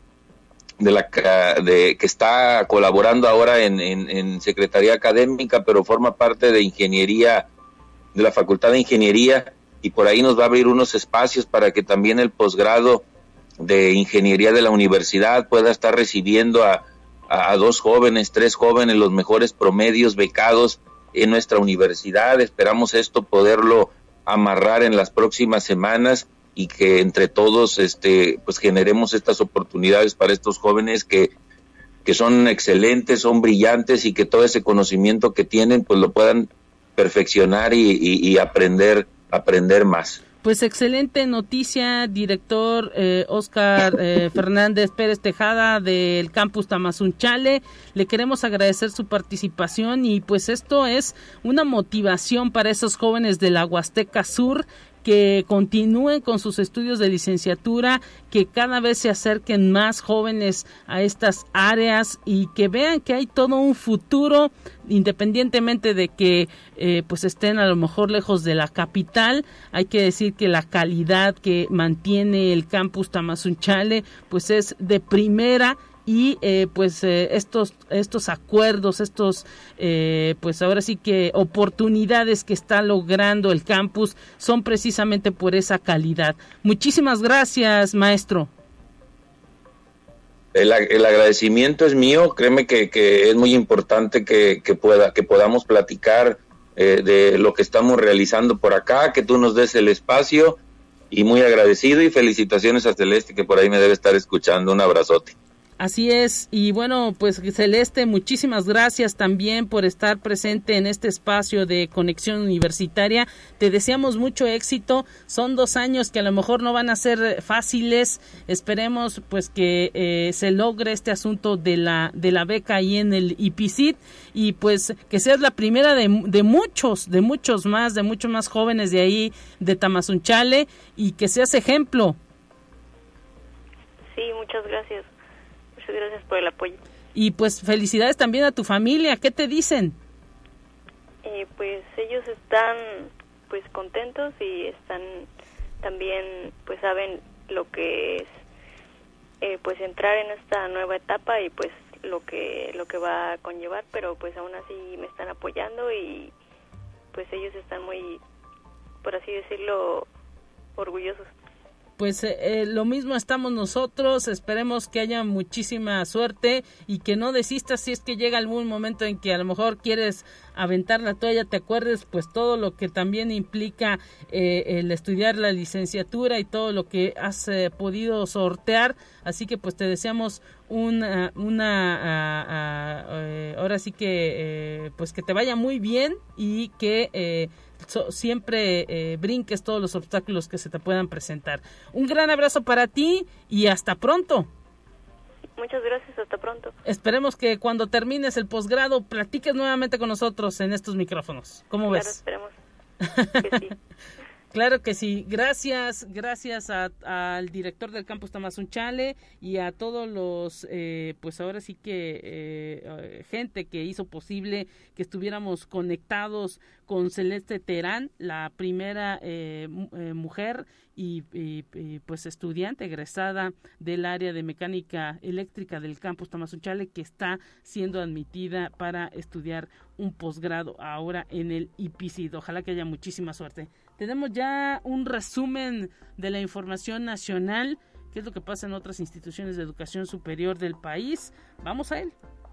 que está colaborando ahora en Secretaría Académica, pero forma parte de Ingeniería, de la Facultad de Ingeniería, y por ahí nos va a abrir unos espacios para que también el posgrado de Ingeniería de la universidad pueda estar recibiendo a 2 jóvenes, 3 jóvenes, los mejores promedios becados en nuestra universidad. Esperamos esto poderlo amarrar en las próximas semanas y que entre todos pues generemos estas oportunidades para estos jóvenes que son excelentes, son brillantes y que todo ese conocimiento que tienen pues lo puedan perfeccionar y aprender más. Pues excelente noticia, director Oscar Fernández Pérez Tejada del campus Tamazunchale. Le queremos agradecer su participación y pues esto es una motivación para esos jóvenes de la Huasteca Sur que continúen con sus estudios de licenciatura, que cada vez se acerquen más jóvenes a estas áreas y que vean que hay todo un futuro, independientemente de que pues estén a lo mejor lejos de la capital. Hay que decir que la calidad que mantiene el campus Tamazunchale pues es de primera. Y estos acuerdos, pues ahora sí que oportunidades que está logrando el campus son precisamente por esa calidad. Muchísimas gracias, maestro. El agradecimiento es mío. Créeme que es muy importante que podamos platicar de lo que estamos realizando por acá, que tú nos des el espacio y muy agradecido, y felicitaciones a Celeste, que por ahí me debe estar escuchando. Un abrazote. Así es, y bueno, pues Celeste, muchísimas gracias también por estar presente en este espacio de Conexión Universitaria. Te deseamos mucho éxito. Son 2 años que a lo mejor no van a ser fáciles. Esperemos pues que se logre este asunto de la beca ahí en el IPICIT, y pues que seas la primera de muchos más jóvenes de ahí de Tamazunchale, y que seas ejemplo. Sí, muchas gracias. Gracias por el apoyo. Y pues felicidades también a tu familia. ¿Qué te dicen? Pues ellos están pues contentos, y están también pues saben lo que es pues entrar en esta nueva etapa, y pues lo que va a conllevar, pero pues aún así me están apoyando, y pues ellos están muy, por así decirlo, orgullosos. Pues lo mismo estamos nosotros. Esperemos que haya muchísima suerte y que no desistas si es que llega algún momento en que a lo mejor quieres aventar la toalla. Te acuerdes pues todo lo que también implica el estudiar la licenciatura y todo lo que has podido sortear. Así que pues te deseamos ahora sí que pues que te vaya muy bien, y que siempre brinques todos los obstáculos que se te puedan presentar. Un gran abrazo para ti y hasta pronto. Muchas gracias, hasta pronto. Esperemos que cuando termines el posgrado platiques nuevamente con nosotros en estos micrófonos. ¿Cómo ves? Claro, esperemos que sí. Claro que sí. Gracias al director del campus Tamazunchale y a todos los, pues ahora sí que gente que hizo posible que estuviéramos conectados con Celeste Terán, la primera mujer y pues estudiante egresada del área de mecánica eléctrica del campus Tamazunchale, que está siendo admitida para estudiar un posgrado ahora en el IPICIT. Ojalá que haya muchísima suerte. Tenemos ya un resumen de la información nacional, qué es lo que pasa en otras instituciones de educación superior del país. Vamos a él.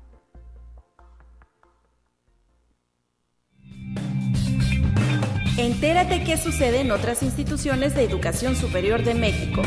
Entérate qué sucede en otras instituciones de educación superior de México.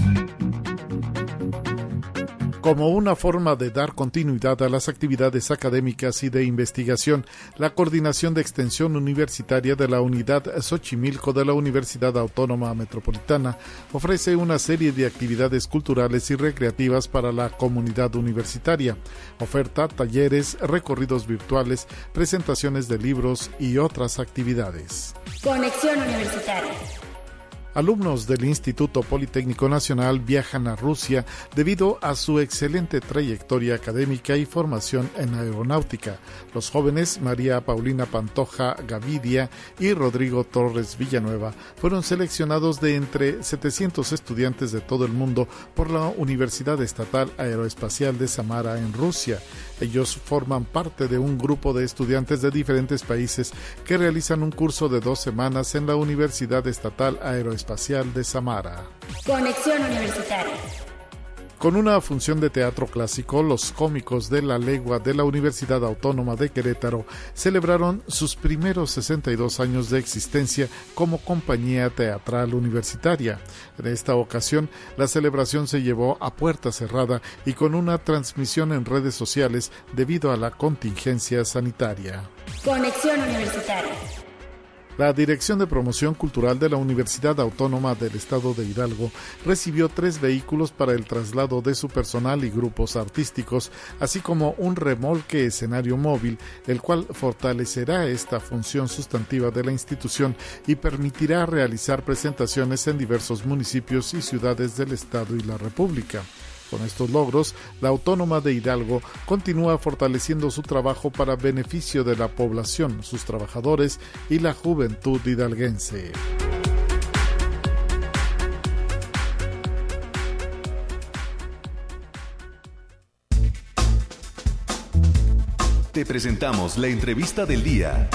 Como una forma de dar continuidad a las actividades académicas y de investigación, la Coordinación de Extensión Universitaria de la Unidad Xochimilco de la Universidad Autónoma Metropolitana ofrece una serie de actividades culturales y recreativas para la comunidad universitaria. Oferta talleres, recorridos virtuales, presentaciones de libros y otras actividades. Conexión Universitaria. Alumnos del Instituto Politécnico Nacional viajan a Rusia debido a su excelente trayectoria académica y formación en aeronáutica. Los jóvenes María Paulina Pantoja Gavidia y Rodrigo Torres Villanueva fueron seleccionados de entre 700 estudiantes de todo el mundo por la Universidad Estatal Aeroespacial de Samara en Rusia. Ellos forman parte de un grupo de estudiantes de diferentes países que realizan un curso de 2 semanas en la Universidad Estatal Aeroespacial de Samara. Conexión Universitaria. Con una función de teatro clásico, los cómicos de La Legua de la Universidad Autónoma de Querétaro celebraron sus primeros 62 años de existencia como compañía teatral universitaria. En esta ocasión, la celebración se llevó a puerta cerrada y con una transmisión en redes sociales debido a la contingencia sanitaria. Conexión Universitaria. La Dirección de Promoción Cultural de la Universidad Autónoma del Estado de Hidalgo recibió 3 vehículos para el traslado de su personal y grupos artísticos, así como un remolque escenario móvil, el cual fortalecerá esta función sustantiva de la institución y permitirá realizar presentaciones en diversos municipios y ciudades del Estado y la República. Con estos logros, la Autónoma de Hidalgo continúa fortaleciendo su trabajo para beneficio de la población, sus trabajadores y la juventud hidalguense. Te presentamos la entrevista del día.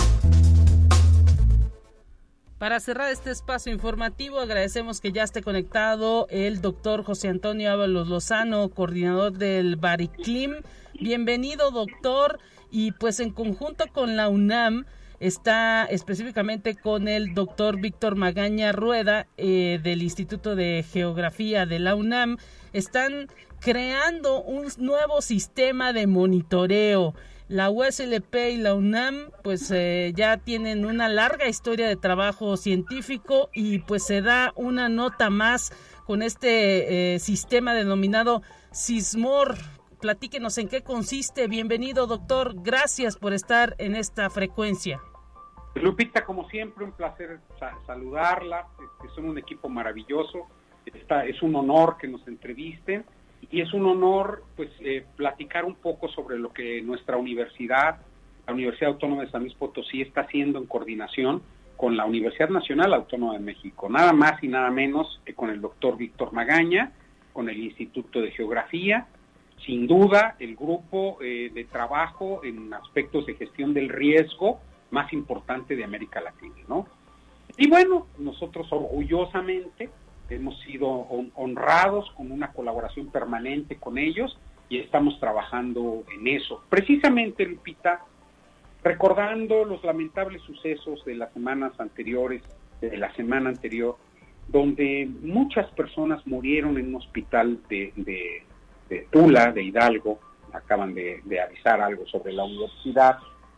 Para cerrar este espacio informativo, agradecemos que ya esté conectado el doctor José Antonio Ábalos Lozano, coordinador del Bariclim. Bienvenido, doctor. Y pues en conjunto con la UNAM está específicamente con el doctor Víctor Magaña Rueda del Instituto de Geografía de la UNAM. Están creando un nuevo sistema de monitoreo. La USLP y la UNAM pues ya tienen una larga historia de trabajo científico y pues se da una nota más con este sistema denominado SISMOR. Platíquenos en qué consiste. Bienvenido, doctor. Gracias por estar en esta frecuencia. Lupita, como siempre, un placer saludarla. Son un equipo maravilloso. Es un honor que nos entrevisten y es un honor pues platicar un poco sobre lo que nuestra universidad, la Universidad Autónoma de San Luis Potosí, está haciendo en coordinación con la Universidad Nacional Autónoma de México, nada más y nada menos que con el doctor Víctor Magaña, con el Instituto de Geografía, sin duda el grupo de trabajo en aspectos de gestión del riesgo más importante de América Latina, ¿no? Y bueno, nosotros orgullosamente hemos sido honrados con una colaboración permanente con ellos y estamos trabajando en eso. Precisamente, Lupita, recordando los lamentables sucesos de las semanas anteriores, de la semana anterior, donde muchas personas murieron en un hospital de Tula, de Hidalgo, acaban de avisar algo sobre la universidad,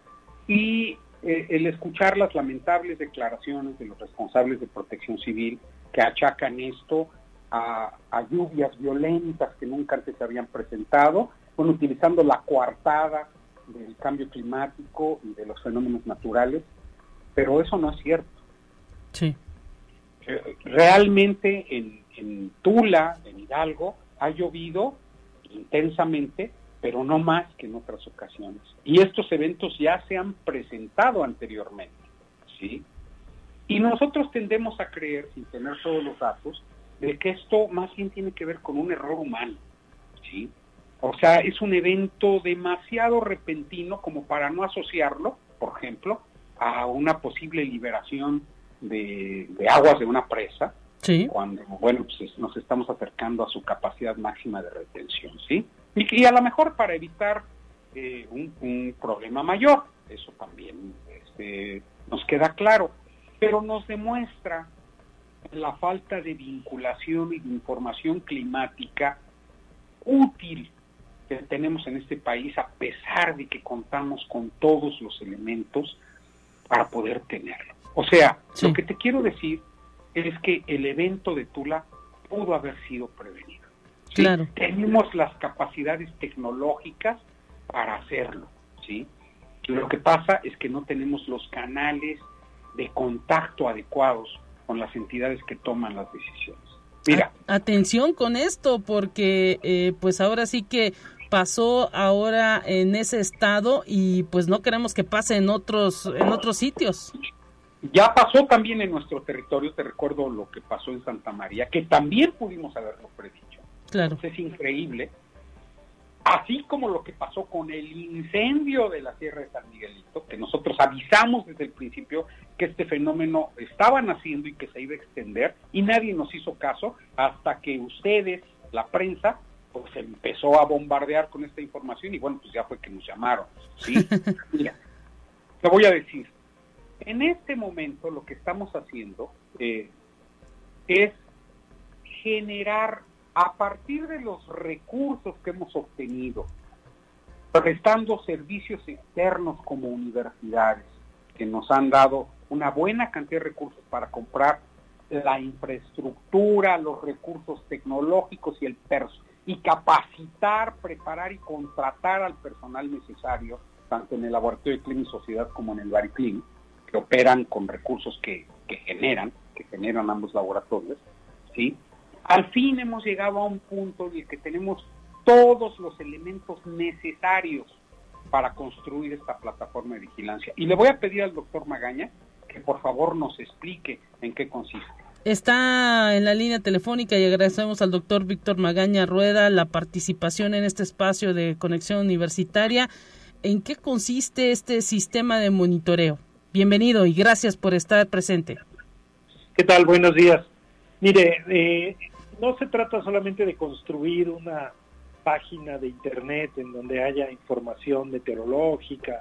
y el escuchar las lamentables declaraciones de los responsables de Protección Civil que achacan esto a lluvias violentas que nunca antes se habían presentado, bueno, utilizando la coartada del cambio climático y de los fenómenos naturales, pero eso no es cierto. Sí. Realmente en Tula, en Hidalgo, ha llovido intensamente, pero no más que en otras ocasiones. Y estos eventos ya se han presentado anteriormente, ¿sí? Y nosotros tendemos a creer, sin tener todos los datos, de que esto más bien tiene que ver con un error humano, ¿sí? O sea, es un evento demasiado repentino como para no asociarlo, por ejemplo, a una posible liberación de aguas de una presa, sí, cuando, bueno, pues nos estamos acercando a su capacidad máxima de retención, ¿sí? Y a lo mejor para evitar un problema mayor, eso también nos queda claro, pero nos demuestra la falta de vinculación y de información climática útil que tenemos en este país, a pesar de que contamos con todos los elementos para poder tenerlo. O sea, sí, lo que te quiero decir es que el evento de Tula pudo haber sido prevenido. ¿Sí? Claro. Tenemos las capacidades tecnológicas para hacerlo, ¿sí? Lo que pasa es que no tenemos los canales de contacto adecuados con las entidades que toman las decisiones. Mira. Atención con esto, porque pues ahora sí que pasó ahora en ese estado y pues no queremos que pase en otros sitios. Ya pasó también en nuestro territorio, te recuerdo lo que pasó en Santa María, que también pudimos haberlo predicho. Claro. Entonces, es increíble. Así como lo que pasó con el incendio de la Sierra de San Miguelito, que nosotros avisamos desde el principio que este fenómeno estaba naciendo y que se iba a extender, y nadie nos hizo caso hasta que ustedes, la prensa, pues empezó a bombardear con esta información y bueno, pues ya fue que nos llamaron, ¿sí? Mira, te voy a decir, en este momento lo que estamos haciendo es generar, a partir de los recursos que hemos obtenido, prestando servicios externos como universidades, que nos han dado una buena cantidad de recursos para comprar la infraestructura, los recursos tecnológicos y capacitar, preparar y contratar al personal necesario, tanto en el Laboratorio de Clima y Sociedad como en el Bariclim, que operan con recursos que generan ambos laboratorios, ¿sí? Al fin hemos llegado a un punto en el que tenemos todos los elementos necesarios para construir esta plataforma de vigilancia. Y le voy a pedir al doctor Magaña que por favor nos explique en qué consiste. Está en la línea telefónica y agradecemos al doctor Víctor Magaña Rueda la participación en este espacio de Conexión Universitaria. ¿En qué consiste este sistema de monitoreo? Bienvenido y gracias por estar presente. ¿Qué tal? Buenos días. Mire, no se trata solamente de construir una página de internet en donde haya información meteorológica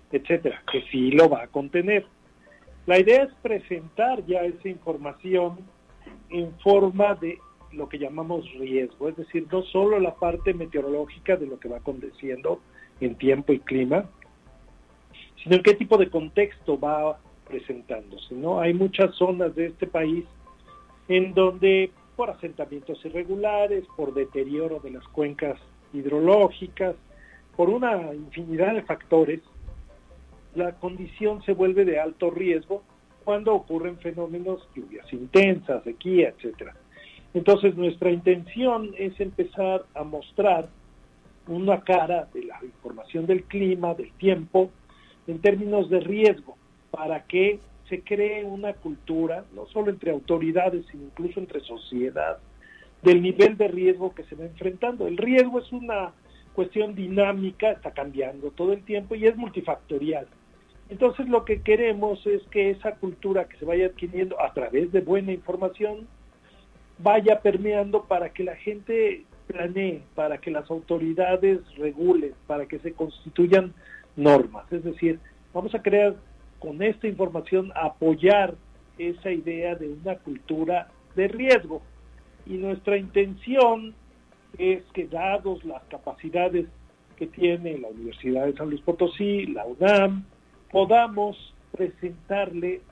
etcétera, que sí lo va a contener. La idea es presentar ya esa información en forma de lo que llamamos riesgo, es decir, no solo la parte meteorológica de lo que va aconteciendo en tiempo y clima, sino en qué tipo de contexto va presentándose, ¿no? Hay muchas zonas de este país en donde por asentamientos irregulares, por deterioro de las cuencas hidrológicas, por una infinidad de factores, la condición se vuelve de alto riesgo cuando ocurren fenómenos, lluvias intensas, sequía, etcétera. Entonces, nuestra intención es empezar a mostrar una cara de la información del clima, del tiempo, en términos de riesgo, para que se cree una cultura, no solo entre autoridades, sino incluso entre sociedad, del nivel de riesgo que se va enfrentando. El riesgo es una cuestión dinámica, está cambiando todo el tiempo y es multifactorial. Entonces lo que queremos es que esa cultura que se vaya adquiriendo a través de buena información vaya permeando para que la gente planee, para que las autoridades regulen, para que se constituyan normas. Es decir, vamos a crear con esta información, apoyar esa idea de una cultura de riesgo. Y nuestra intención es que, dados las capacidades que tiene la Universidad de San Luis Potosí, la UNAM, podamos presentarle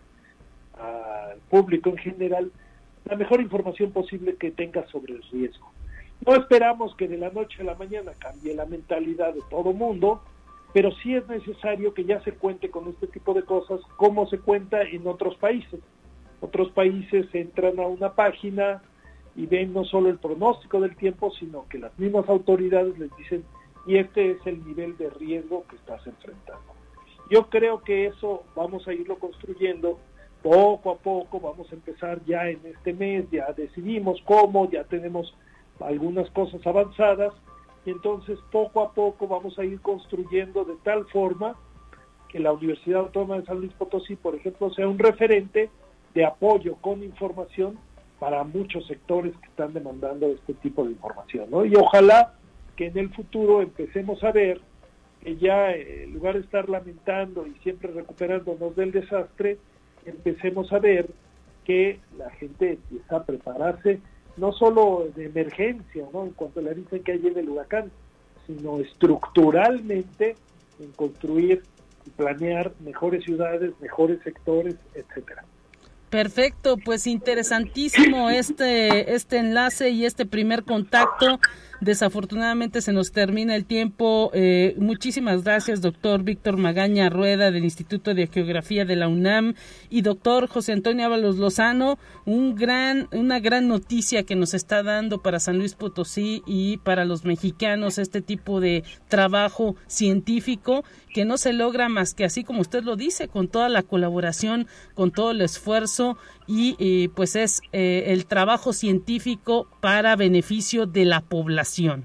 al público en general la mejor información posible que tenga sobre el riesgo. No esperamos que de la noche a la mañana cambie la mentalidad de todo mundo, pero sí es necesario que ya se cuente con este tipo de cosas como se cuenta en otros países. Otros países entran a una página y ven no solo el pronóstico del tiempo, sino que las mismas autoridades les dicen, y este es el nivel de riesgo que estás enfrentando. Yo creo que eso vamos a irlo construyendo poco a poco, vamos a empezar ya en este mes, ya decidimos cómo, ya tenemos algunas cosas avanzadas, y entonces poco a poco vamos a ir construyendo de tal forma que la Universidad Autónoma de San Luis Potosí, por ejemplo, sea un referente de apoyo con información para muchos sectores que están demandando este tipo de información, ¿no? Y ojalá que en el futuro empecemos a ver que ya en lugar de estar lamentando y siempre recuperándonos del desastre, empecemos a ver que la gente empieza a prepararse no solo de emergencia, ¿no?, en cuanto le dicen que hay en el huracán, sino estructuralmente en construir y planear mejores ciudades, mejores sectores, etcétera. Perfecto, pues interesantísimo este enlace y este primer contacto. Desafortunadamente se nos termina el tiempo. Muchísimas gracias, doctor Víctor Magaña Rueda del Instituto de Geografía de la UNAM y doctor José Antonio Ábalos Lozano. Una gran noticia que nos está dando para San Luis Potosí y para los mexicanos este tipo de trabajo científico que no se logra más que así como usted lo dice, con toda la colaboración, con todo el esfuerzo y pues es el trabajo científico para beneficio de la población.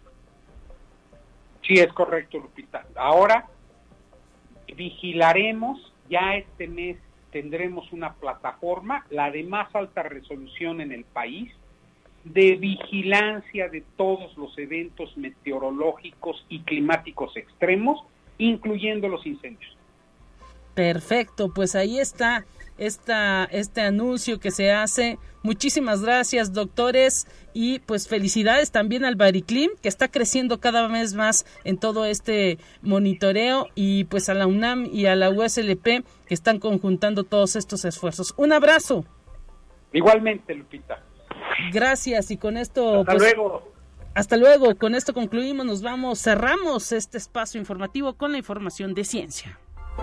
Sí, es correcto, Lupita. Ahora vigilaremos, ya este mes tendremos una plataforma, la de más alta resolución en el país, de vigilancia de todos los eventos meteorológicos y climáticos extremos, incluyendo los incendios. Perfecto, pues ahí está este anuncio que se hace. Muchísimas gracias, doctores, y pues felicidades también al Bariclim, que está creciendo cada vez más en todo este monitoreo, y pues a la UNAM y a la USLP que están conjuntando todos estos esfuerzos. Un abrazo. Igualmente, Lupita. Gracias, y con esto hasta luego. Hasta luego, con esto concluimos, nos vamos, cerramos este espacio informativo con la información de ciencia.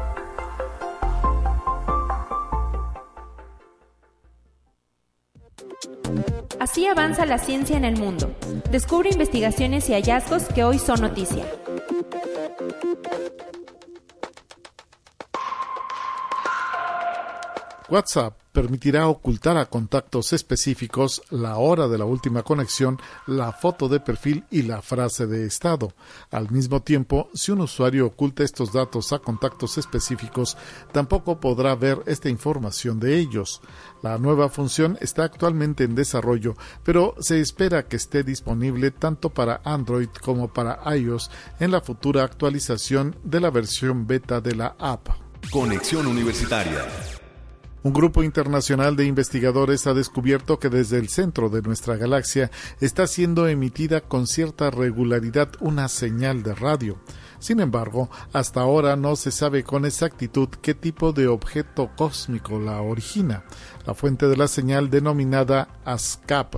Así avanza la ciencia en el mundo. Descubre investigaciones y hallazgos que hoy son noticia. WhatsApp permitirá ocultar a contactos específicos la hora de la última conexión, la foto de perfil y la frase de estado. Al mismo tiempo, si un usuario oculta estos datos a contactos específicos, tampoco podrá ver esta información de ellos. La nueva función está actualmente en desarrollo, pero se espera que esté disponible tanto para Android como para iOS en la futura actualización de la versión beta de la app. Conexión Universitaria. Un grupo internacional de investigadores ha descubierto que desde el centro de nuestra galaxia está siendo emitida con cierta regularidad una señal de radio. Sin embargo, hasta ahora no se sabe con exactitud qué tipo de objeto cósmico la origina. La fuente de la señal, denominada ASCAP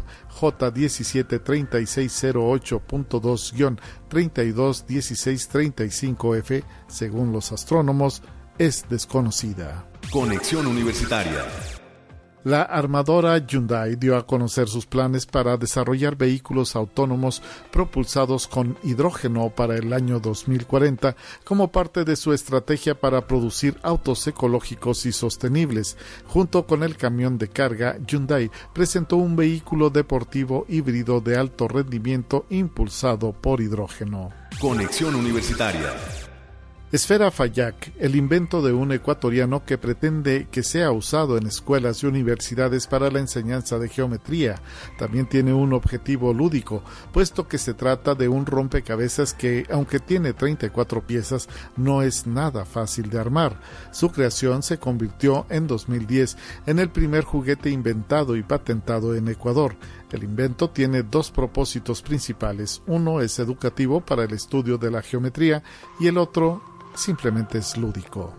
J173608.2-321635F, según los astrónomos, es desconocida. Conexión Universitaria. La armadora Hyundai dio a conocer sus planes para desarrollar vehículos autónomos propulsados con hidrógeno para el año 2040 como parte de su estrategia para producir autos ecológicos y sostenibles. Junto con el camión de carga, Hyundai presentó un vehículo deportivo híbrido de alto rendimiento impulsado por hidrógeno. Conexión Universitaria. Esfera Fayac, el invento de un ecuatoriano que pretende que sea usado en escuelas y universidades para la enseñanza de geometría. También tiene un objetivo lúdico, puesto que se trata de un rompecabezas que, aunque tiene 34 piezas, no es nada fácil de armar. Su creación se convirtió en 2010 en el primer juguete inventado y patentado en Ecuador. El invento tiene dos propósitos principales. Uno es educativo para el estudio de la geometría y el otro simplemente es lúdico.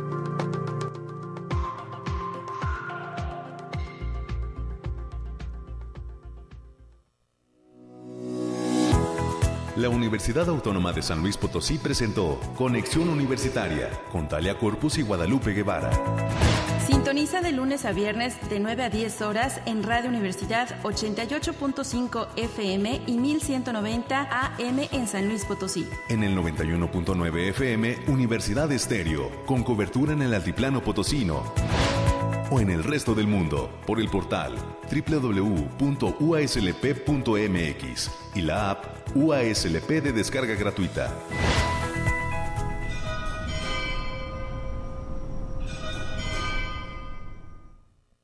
La Universidad Autónoma de San Luis Potosí presentó Conexión Universitaria con Talia Corpus y Guadalupe Guevara. Sintoniza de lunes a viernes de 9 a 10 horas en Radio Universidad 88.5 FM y 1190 AM en San Luis Potosí. En el 91.9 FM Universidad Estéreo, con cobertura en el altiplano potosino. O en el resto del mundo, por el portal www.uaslp.mx y la app UASLP de descarga gratuita.